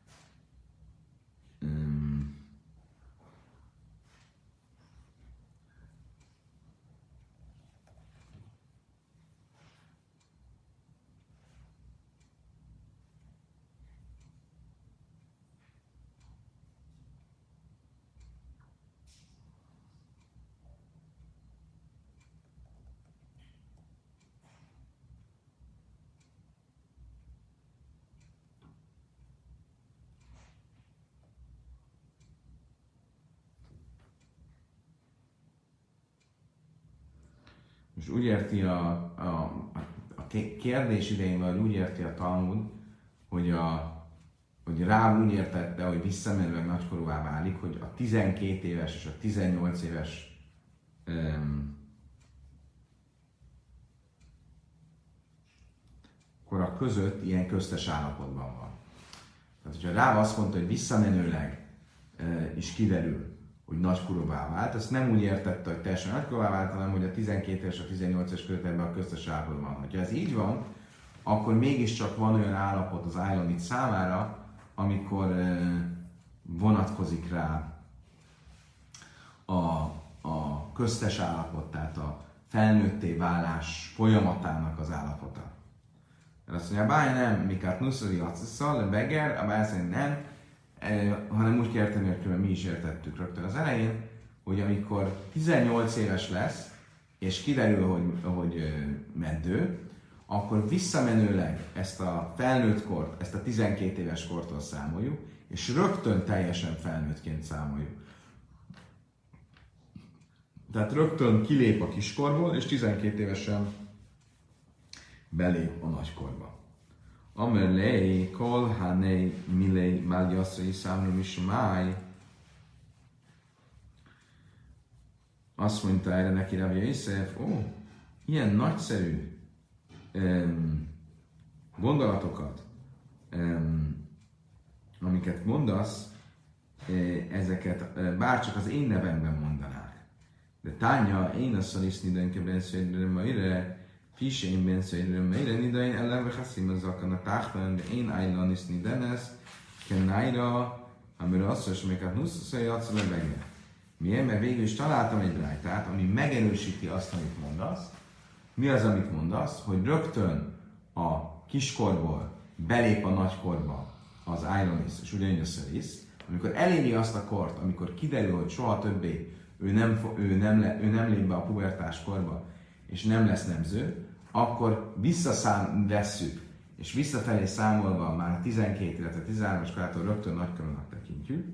Most úgy érti a kérdés idején, vagy úgy érti a Talmud, hogy rá úgy értette, hogy visszamenőleg nagykorúvá válik, hogy a 12 éves és a 18 éves korak között ilyen köztes állapotban van. Tehát, hogyha rá azt mondta, hogy visszamenőleg is kiderül, hogy nagykorúvá vált, azt nem úgy értette, hogy teljesen nagykorúvá vált, hanem hogy a 12 és a 18 es között ebben a köztes állapotban van. Ha ez így van, akkor mégiscsak van olyan állapot az ájlonit számára, amikor vonatkozik rá a köztes állapot, tehát a felnőtté válás folyamatának az állapota. Azt mondja, báj nem, mikát nuszori acisszal, de beger, a báj szerint nem, hanem úgy kell érteni, hogy mi is értettük rögtön az elején, hogy amikor 18 éves lesz, és kiderül, hogy meddő, akkor visszamenőleg ezt a felnőtt kort, ezt a 12 éves kortól számoljuk, és rögtön teljesen felnőttként számoljuk. Tehát rögtön kilép a kiskorból, és 12 évesen belép a nagykorba. Amerlei, kol hanei, milei, málgyaszai számra mismáj. Azt mondta erre neki Rabbi Yosef, ilyen nagyszerű gondolatokat, amiket mondasz, ezeket bárcsak az én nevemben mondanák. De tánya, én a szaliszni dönköben szöjjön maire, fisén ben szöjjön maire, nidain ellenve haszim az akana táhtán, de én ájlaniszni denesz, kennájra, amire azt mondja, hogy még nuszaszai adszol a legyen. Miért? Mert végül is találtam egy brájtát, ami megerősíti azt, amit mondasz. Mi az, amit mondasz? Hogy rögtön a kiskorból belép a nagykorba az Ailonis, és ugyanígy a Szerisz, amikor eléri azt a kort, amikor kiderül, hogy soha többé ő nem lép be a pubertás korba, és nem lesz nemző, akkor vesszük, és visszafelé számolva már a 12, illetve 13-as korától rögtön nagykorúnak tekintjük.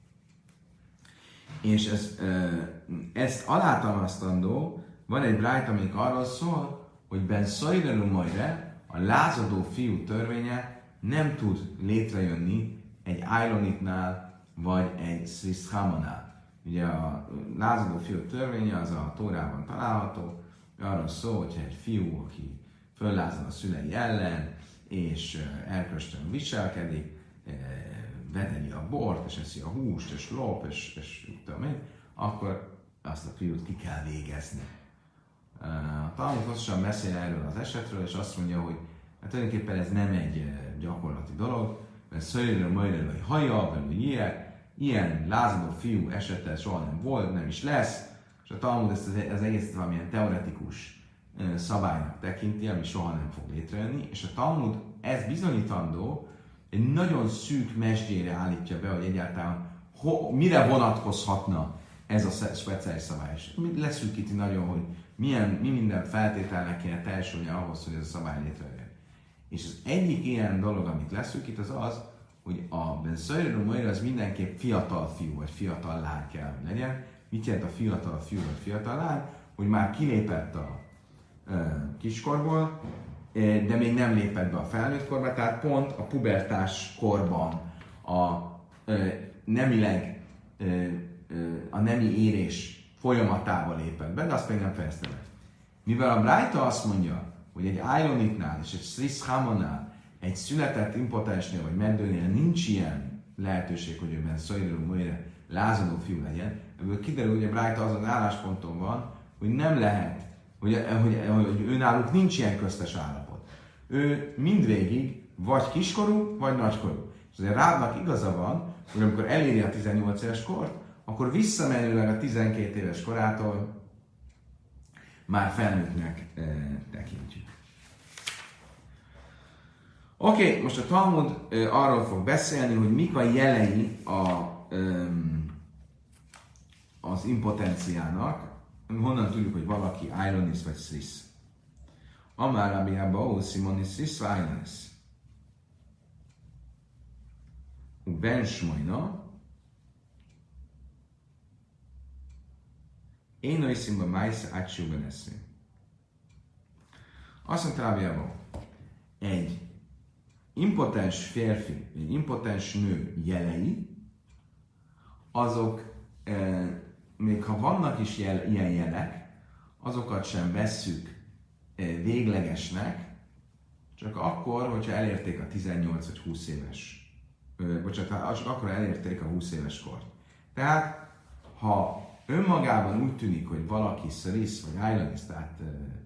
És ezt alátámasztandó, van egy brájt, amelyik arról szól, hogy Ben Szojrelu Majre, a lázadó fiú törvénye nem tud létrejönni egy Ailonitnál, vagy egy Szriszhámanál. Ugye a lázadó fiú törvénye az a Tórában található, arról szól, hogyha egy fiú, aki föllázad a szülei ellen, és erkölcstelen viselkedik, vedeli a bort, és eszi a húst, és lop, és tudom én, akkor azt a fiút ki kell végezni. A Talmud hosszasan beszél erről az esetről, és azt mondja, hogy hát tulajdonképpen ez nem egy gyakorlati dolog, mert szörnyről majd vagy haja, vagy ilyen lázadó fiú esete soha nem volt, nem is lesz, és a Talmud ezt az egészet valamilyen teoretikus szabálynak tekinti, ami soha nem fog létrejönni, és a Talmud ez bizonyítandó, egy nagyon szűk mesdjére állítja be, hogy egyáltalán mire vonatkozhatna ez a speciális szabály. És leszűkíti nagyon, hogy mi minden feltételnek kéne teljesülni ahhoz, hogy ez a szabály létrejön. És az egyik ilyen dolog, amit leszűkít, az az, hogy a Ben Szojrelu Majra az mindenképp fiatal fiú, vagy fiatal lány kell, hogy legyen. Mit jelent a fiatal fiú, vagy fiatal lány? Hogy már kilépett a kiskorból, de még nem lépett be a felnőtt korba, tehát pont a pubertás korban a nemi érés folyamatában lépett be, de azt még nem fejezte be. Mivel a Brájta azt mondja, hogy egy Ailonitnál és egy Szriszhámonál, egy született impotensnél vagy meddőnél nincs ilyen lehetőség, hogy őben Szojrelu Majre lázadó fiú legyen, ebből kiderül, hogy a Brájta azon állásponton van, hogy nem lehet, hogy őnáluk nincs ilyen köztes állapot. Ő mindvégig vagy kiskorú, vagy nagykorú. És azért Rávnak igaza van, hogy amikor eléri a 18 éves kort, akkor visszamenőleg a 12 éves korától már felnőttnek tekintjük. Oké, most a Talmud arról fog beszélni, hogy mik a jelei az impotenciának, honnan tudjuk, hogy valaki Ailonis vagy Szrisz. Amár Rabbi Abba Simonis Szrisz vagy Ailonis. Ben Smojna én oiszimba májsz átsúben eszünk. Azt mondta Rabbi Abba, egy impotens férfi, egy impotens nő jelei, azok még ha vannak is ilyen jelek, azokat sem vesszük véglegesnek, csak akkor, hogyha elérték a 18 vagy 20 éves, csak akkor elérték a 20 éves kort. Tehát, ha önmagában úgy tűnik, hogy valaki Szerisz vagy Ailonis, tehát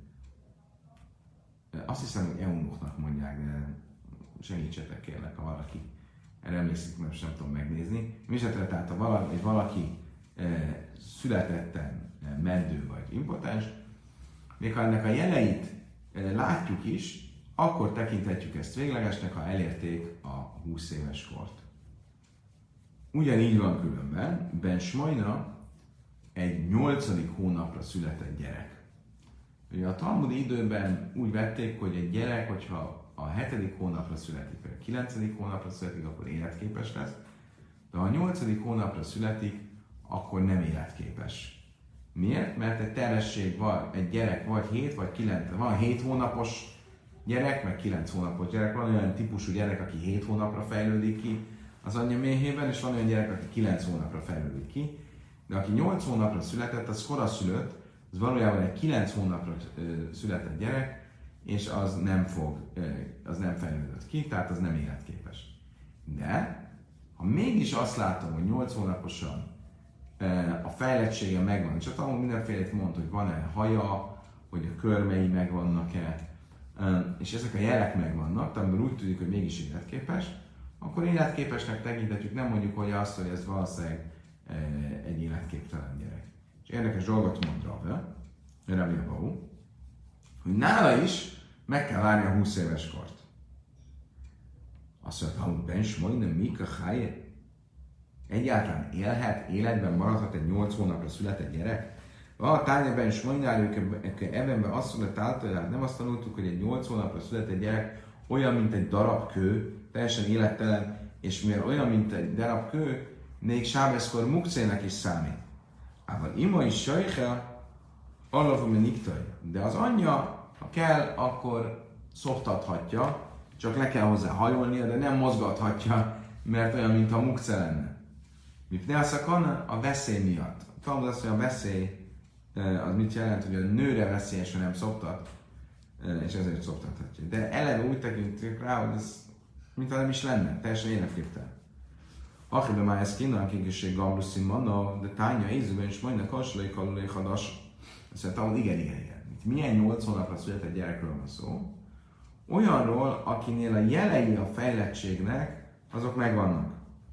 azt hiszem, hogy eunuchnak mondják, de segítsetek kérlek, ha valaki erre emlékszik, mert most nem tudom megnézni. Misetre, tehát ha valaki születetten meddő vagy impotens, még ha ennek a jeleit látjuk is, akkor tekinthetjük ezt véglegesnek, ha elérték a 20 éves kort. Ugyanígy van különben, Ben Smajna egy 8. hónapra született gyerek. Ugye a talmudi időben úgy vették, hogy egy gyerek, hogyha a 7. hónapra születik, vagy a 9. hónapra születik, akkor életképes lesz, de ha a 8. hónapra születik, akkor nem életképes. Miért? Mert egy terhesség van, egy gyerek vagy 7 vagy 9, van 7 hónapos gyerek, meg 9 hónapos gyerek, van olyan típusú gyerek, aki 7 hónapra fejlődik ki az anyja méhében, és van olyan gyerek, aki 9 hónapra fejlődik ki, de aki 8 hónapra született, az koraszülött, az valójában egy 9 hónapra született gyerek, és az nem fejlődött ki, tehát az nem életképes. De, ha mégis azt látom, hogy 8 hónaposan a fejlettsége megvan, és ott ahol mindenfélét mond, hogy van-e haja, hogy a körmei megvannak-e, és ezek a jelek megvannak, amiből úgy tudjuk, hogy mégis életképes, akkor életképesnek tekintetjük, nem mondjuk, hogy azt, hogy ez valószínűleg egy életképtelen gyerek. És érdekes dolgot mond Rabbi Abahu, hogy nála is meg kell várni a 20 éves kort. Azt mondta, hogy Ben Shmoyne Mika Chaye egyáltalán élhet, életben maradhat egy 8 hónapra született gyerek? A tányában Shmoyne ebben azt mondta, nem azt tanultuk, hogy egy 8 hónapra született gyerek olyan, mint egy darab kő, teljesen élettelen, és mivel olyan, mint egy darab kő, még sábeszkor mukcének is számít. Ával ima is sajha, alapom niktaj. De az anyja, ha kell, akkor szoptathatja, csak le kell hozzá hajolnia, de nem mozgathatja, mert olyan, mintha mukce lenne. Mipne a veszély miatt. Talán azt, hogy a veszély az mit jelent, hogy a nőre veszélyes, ha nem szoptat, és ezért szoptathatja. De eleve úgy tekintünk rá, hogy ez mintha nem is lenne, teljesen életképtelen. Akiben már ez kínál, akik Gamluszi Manna, de tánya ízűben is majdnem kaslai kalulai hadas. Azt mondta, hogy igen. Milyen 8 hónapra született gyerekről van szó? Olyanról, akinél a jelei a fejlettségnek, azok megvannak.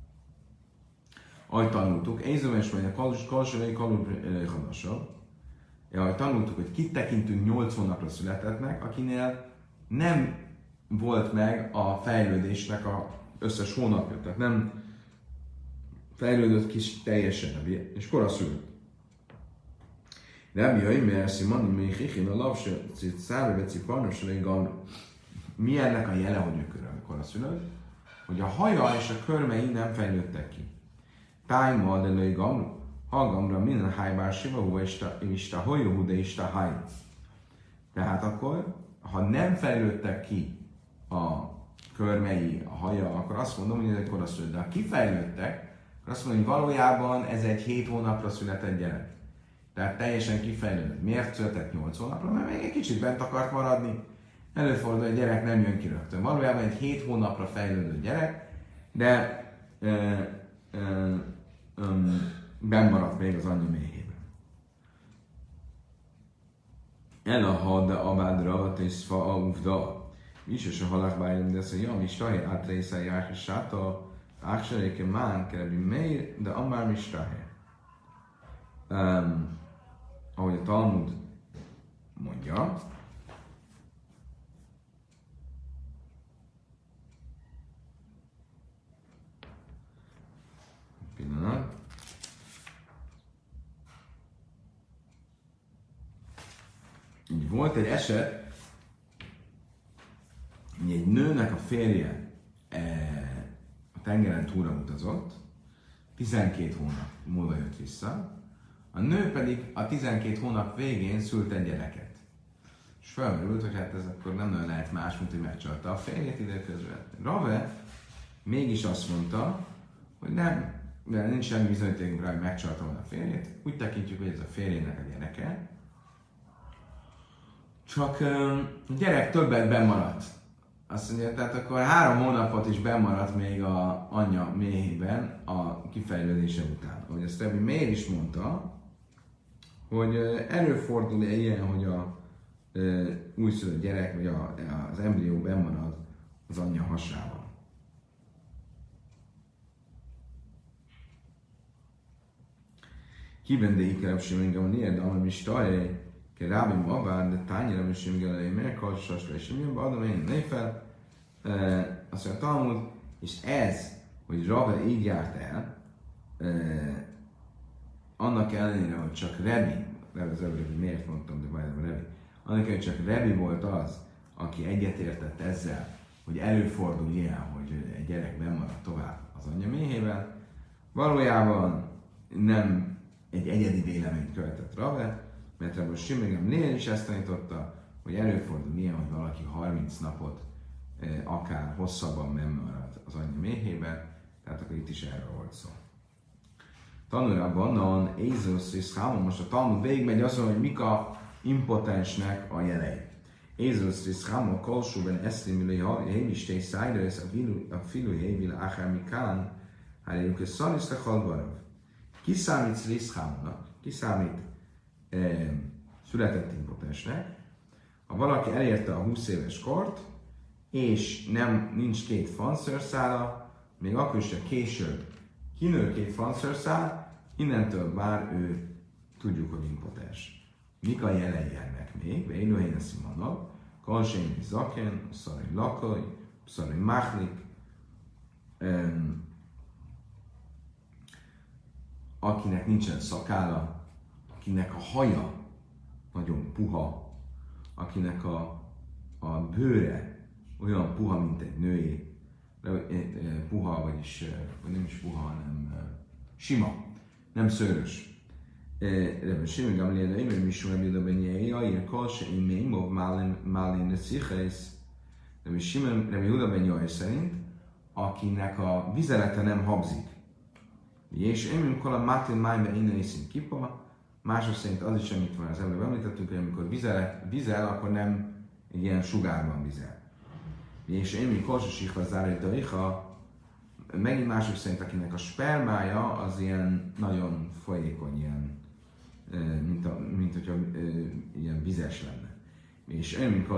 Ahogy tanultuk, ízűben is majdnem kaslai kalulai hadasabb. Ahogy tanultuk, hogy kit tekintünk 8 hónapra születettnek, akinél nem volt meg a fejlődésnek az összes hónapja. Tehát nem fejlődött kis teljesen, és koraszülött. Rabbi Yomer Simon Mechichin a lapse szárveci parnosrai gamra. Mi ennek a jele, hogy ő koraszülött? Hogy a haja és a körmei nem fejlődtek ki. Tájma de lőj gamra. Ha gamra minden hájbár sivahu és a hajóhu de is a háj. Tehát akkor, ha nem fejlődtek ki a körmei, a haja, akkor azt mondom, hogy ezek koraszülött. De ha kifejlődtek, azt mondom, hogy valójában ez egy 7 hónapra született gyerek. Tehát teljesen kifejlődött. Miért született 8 hónapra? Mert még egy kicsit bent akart maradni. Előfordul, hogy a gyerek nem jön ki rögtön. Valójában egy 7 hónapra fejlődő gyerek, de benn maradt még az anyja méhében. Elahad abádra, tészfa auvda. Is a halakbájön, de szóval jam is tahé átrésze jár, és sáta Ákseréke mán kerebi meir, de amár mistáhe. Ahogy a Talmud mondja, pillanat. Így volt egy eset, hogy egy nőnek a férje a tengeren túlra utazott, 12 hónap múlva jött vissza, a nő pedig a 12 hónap végén szült egy gyereket. És felmerült, hogy hát ez akkor nem nagyon lehet más, mint hogy megcsalta a férjét időközben. Rave mégis azt mondta, hogy nem, de nincs semmi bizonyítékunk rá, hogy megcsalta volna a férjét. Úgy tekintjük, hogy ez a férjének a gyereke. Csak a gyerek többet bemaradt. Azt mondja, tehát akkor 3 hónapot is bemaradt még a anyja méhében a kifejlődése után. Ahogy ezt Rabbi Meir is mondta, hogy előfordul ilyen, hogy a újszülött gyerek, vagy az embrió bemarad az anyja hasában. Kibendeik el Simon a nied, amely is tajé, ke rábim abár, de tányira is Simon megkalsas, és Simon adom én néfel. Azt mondja, Talmud, és ez, hogy Rave így járt el, annak ellenére, hogy csak Rebi, az előbb, hogy miért mondtam, de majdnem Rebi, annak ellenére, csak Rebi volt az, aki egyetértett ezzel, hogy előfordul ilyen, hogy egy gyerek benn marad tovább az anyja méhével, valójában nem egy egyedi véleményt követett Rave, mert ebből Simon is ezt tanította, hogy előfordul ilyen, hogy valaki 30 napot akár hosszabban nem marad az anyja méhében, tehát akkor itt is erről volt szó. Tanulában, non, Ézus és Hámon, most a Talmud végigmegy azon, hogy mik a impotensnek a jelei. Ézus és Hámon, Kolsúben, Eszlimülői, Hévistély, Szájrősz, a Filúj, Hévila, Akármikán, Háljuk, és Szaniszta, Halvarav. Ki számít Szriszhámnak? Ki számít született impotensnek? Ha valaki elérte a 20 éves kort, és nincs két fanszőrszála, még akkor is, hogy később kinő két fanszőrszál, innentől már ő tudjuk, hogy impotens. Mik a jelei ennek még? Vélőhén a szimonok, kalsényi zaken, szaraj lakaj, szaraj máhlik, akinek nincsen szakála, akinek a haja nagyon puha, akinek a bőre olyan puha, mint egy nőé, puha, vagy nem is puha, hanem sima, nem szőrös. Rebben Simon Gamliel, Eimer Mishum Rabbi Yehuda ben Yair, Kol she'im meimov málin neszichais. Rebben Yehuda ben Yair szerint, akinek a vizelete nem habzik. És Eimer Kol a Mátin Májben innen iszint kipa, mások szerint az is, amit már az előbb említettünk, hogy amikor vizel, akkor nem egy ilyen sugárban vizel. És én kolsosíkva zárítaiha, megint mások szerint, akinek a spermája az ilyen nagyon folyékony, ilyen, mint hogyha ilyen vizes lenne. És én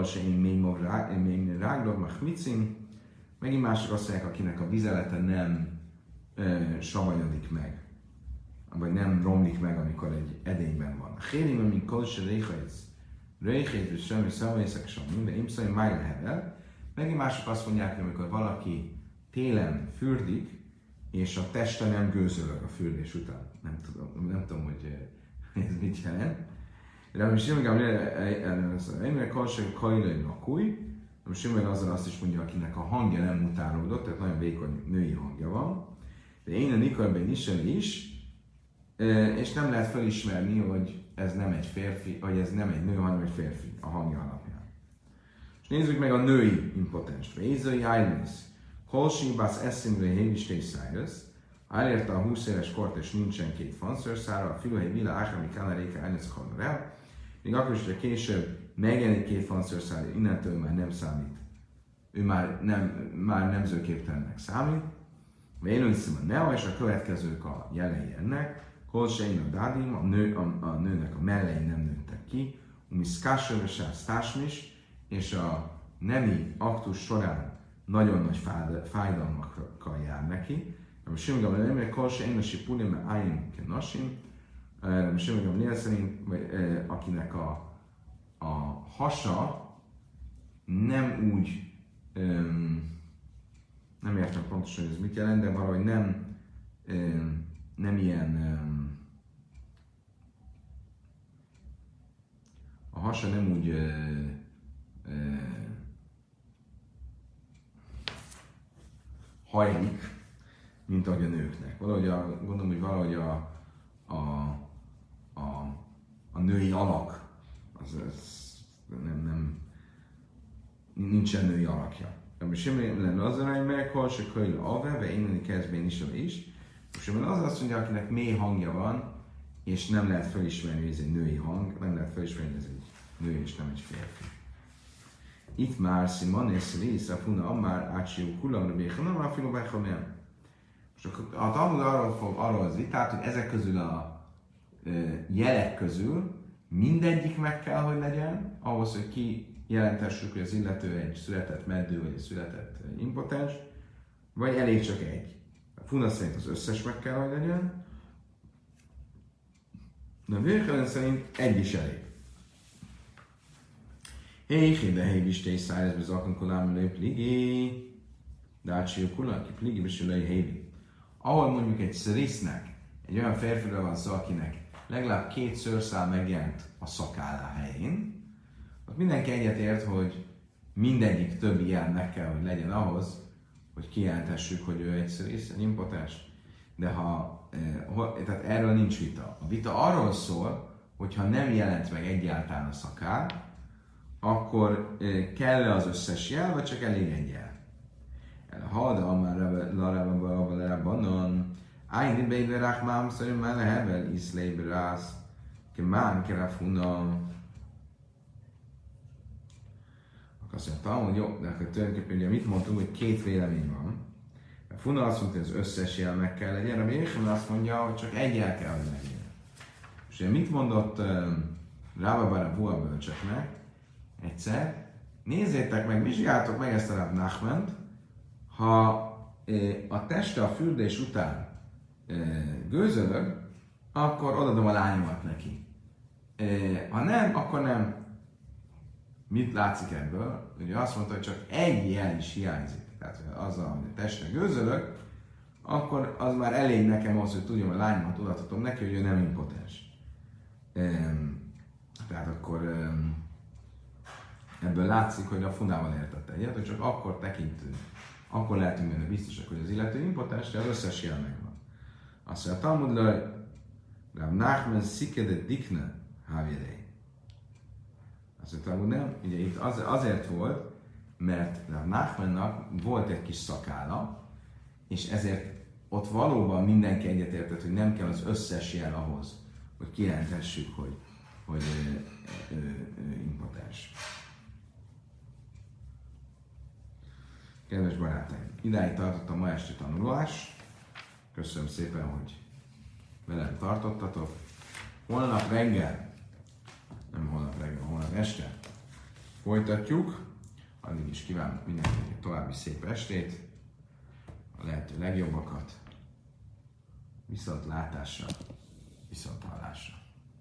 még ráglok, machmicin, megint mások azt mondják, akinek a vizelete nem savanyodik meg, vagy nem romlik meg, amikor egy edényben van. Hérim, mint kolse réhajc, és semmi szavaészek, semmi, de én szóval máj lehevel. Megint mások azt mondják, hogy amikor valaki télen fürdik, és a teste nem gőzölög a fürdés után. Nem tudom, hogy ez mit jelent. De most Simon Gamliel, kalsai kajlai lakúj, most Simon azzal azt is mondja, akinek a hangja nem mutálódott, tehát nagyon vékony női hangja van. De én a Nikolben is, és nem lehet felismerni, hogy ez nem egy férfi, vagy ez nem egy nő, hanem egy férfi a hangja alapján. És nézzük meg a női impotenst. Vézői Ájlész, Kolsi Bász Eszimrői Hévistély Szájrősz, elérte a 20 éves kort és nincsen két fanszőrszára, a Filóhely Vila Áhami Kánaréka Ájlész Halmarel, még akkor is, hogy később megjelenik két fanszőrszára, innentől már nem számít. Ő már nemzőképtelennek számít. Vélői Szima Neo, és a következők a jelei ennek. Kolsein a Dádim, a nőnek a mellei nem nőttek ki, Umiszkásöv és Sztásmis, és a nemi aktus során nagyon nagy fájdalmakkal jár neki. Simon Gamliel, Kolsein a Sipuni, mert Ájim Kenasim, Simon Gamliel szerint, akinek a hasa nem úgy, nem értem pontosan, hogy ez mit jelent, de valahogy nem ilyen, a hasa nem úgy hajlik, mint ahogy a nőknek. Gondolom, hogy valahogy a női alak, nincsen női alakja. Most Simon az a meghal, se kölyl ave, ve innen kezdbén is. Most az azt mondja, akinek mély hangja van, és nem lehet felismerni, hogy ez egy női hang, nem lehet felismerni, hogy ez egy nő és nem egy férfi. Itt már Simon és Rész, a Funa Ammár átsiú kullamra béha, nem a filobájhamem. Most a Talmud arról az vitát, hogy ezek közül a jelek közül mindegyik meg kell, hogy legyen, ahhoz, hogy kijelentessük, hogy az illető egy született meddő, vagy egy született impotens, vagy elég csak egy. A Funa szerint az összes meg kell, hogy legyen, de a Vérkelen szerint egy is elég. De Hévistély Szájreszbe Zakonkolám lő pligi, de átsió kulaki pligi besülői Hévi. Ahol mondjuk egy szerisznek egy olyan férfiről van szó, akinek legalább 2 szőrszál megjelent a szakállá helyén, ott mindenki egyetért, hogy mindegyik több ilyen meg kell, hogy legyen ahhoz, hogy kijelenthessük, hogy ő egy impotens. De tehát erről nincs vita. A vita arról szól, hogyha nem jelent meg egyáltalán a szakál, akkor kell-e az összes jel, vagy csak elég egy jel? Ha de már larában Ájni beidve rákmám szerint már lehevel iszlébe rász, kemán kerafuna. Akkor azt mondta, hogy jó, de akkor tulajdonképpen ugye mit mondtunk, hogy 2 vélemény van. A Funa azt mondta, hogy az összes jel meg kell legyen, a Jéhon azt mondja, hogy csak egy jel kell, hogy legyen. És ugye mit mondott Rábabára Bua bölcseknek? Egyszer, nézzétek meg, vizsgáljátok meg ezt a Ráb Nachment, ha a teste a fürdés után gőzölög, akkor odadom a lányomat neki. Ha nem, akkor nem. Mit látszik ebből? Ugye azt mondta, hogy csak egy jel is hiányzik. Tehát azzal, hogy a teste gőzölög, akkor az már elég nekem az, hogy tudjam, a lányomat odaadhatom neki, hogy ő nem impotens. Tehát akkor ebből látszik, hogy a Funával értette egyet, hogy csak akkor tekintünk, akkor lehetünk benne biztosak, hogy az illető impotens, de az összes jel megvan. Azt mondja, a Talmudra, Rav Nachman szikede dikne havjerei. Azt mondta, hogy nem, ugye itt azért volt, mert Rav Nachmannak volt egy kis szakála, és ezért ott valóban mindenki egyetértett, hogy nem kell az összes jel ahhoz, hogy kijelenthessük, hogy impotens. Kedves barátaim, idáig tartott a ma esti tanulás. Köszönöm szépen, hogy velem tartottatok. Holnap reggel, nem holnap reggel, holnap este folytatjuk. Addig is kívánok mindenkinek további szép estét, a lehető legjobbakat. Viszontlátásra, viszonthallásra.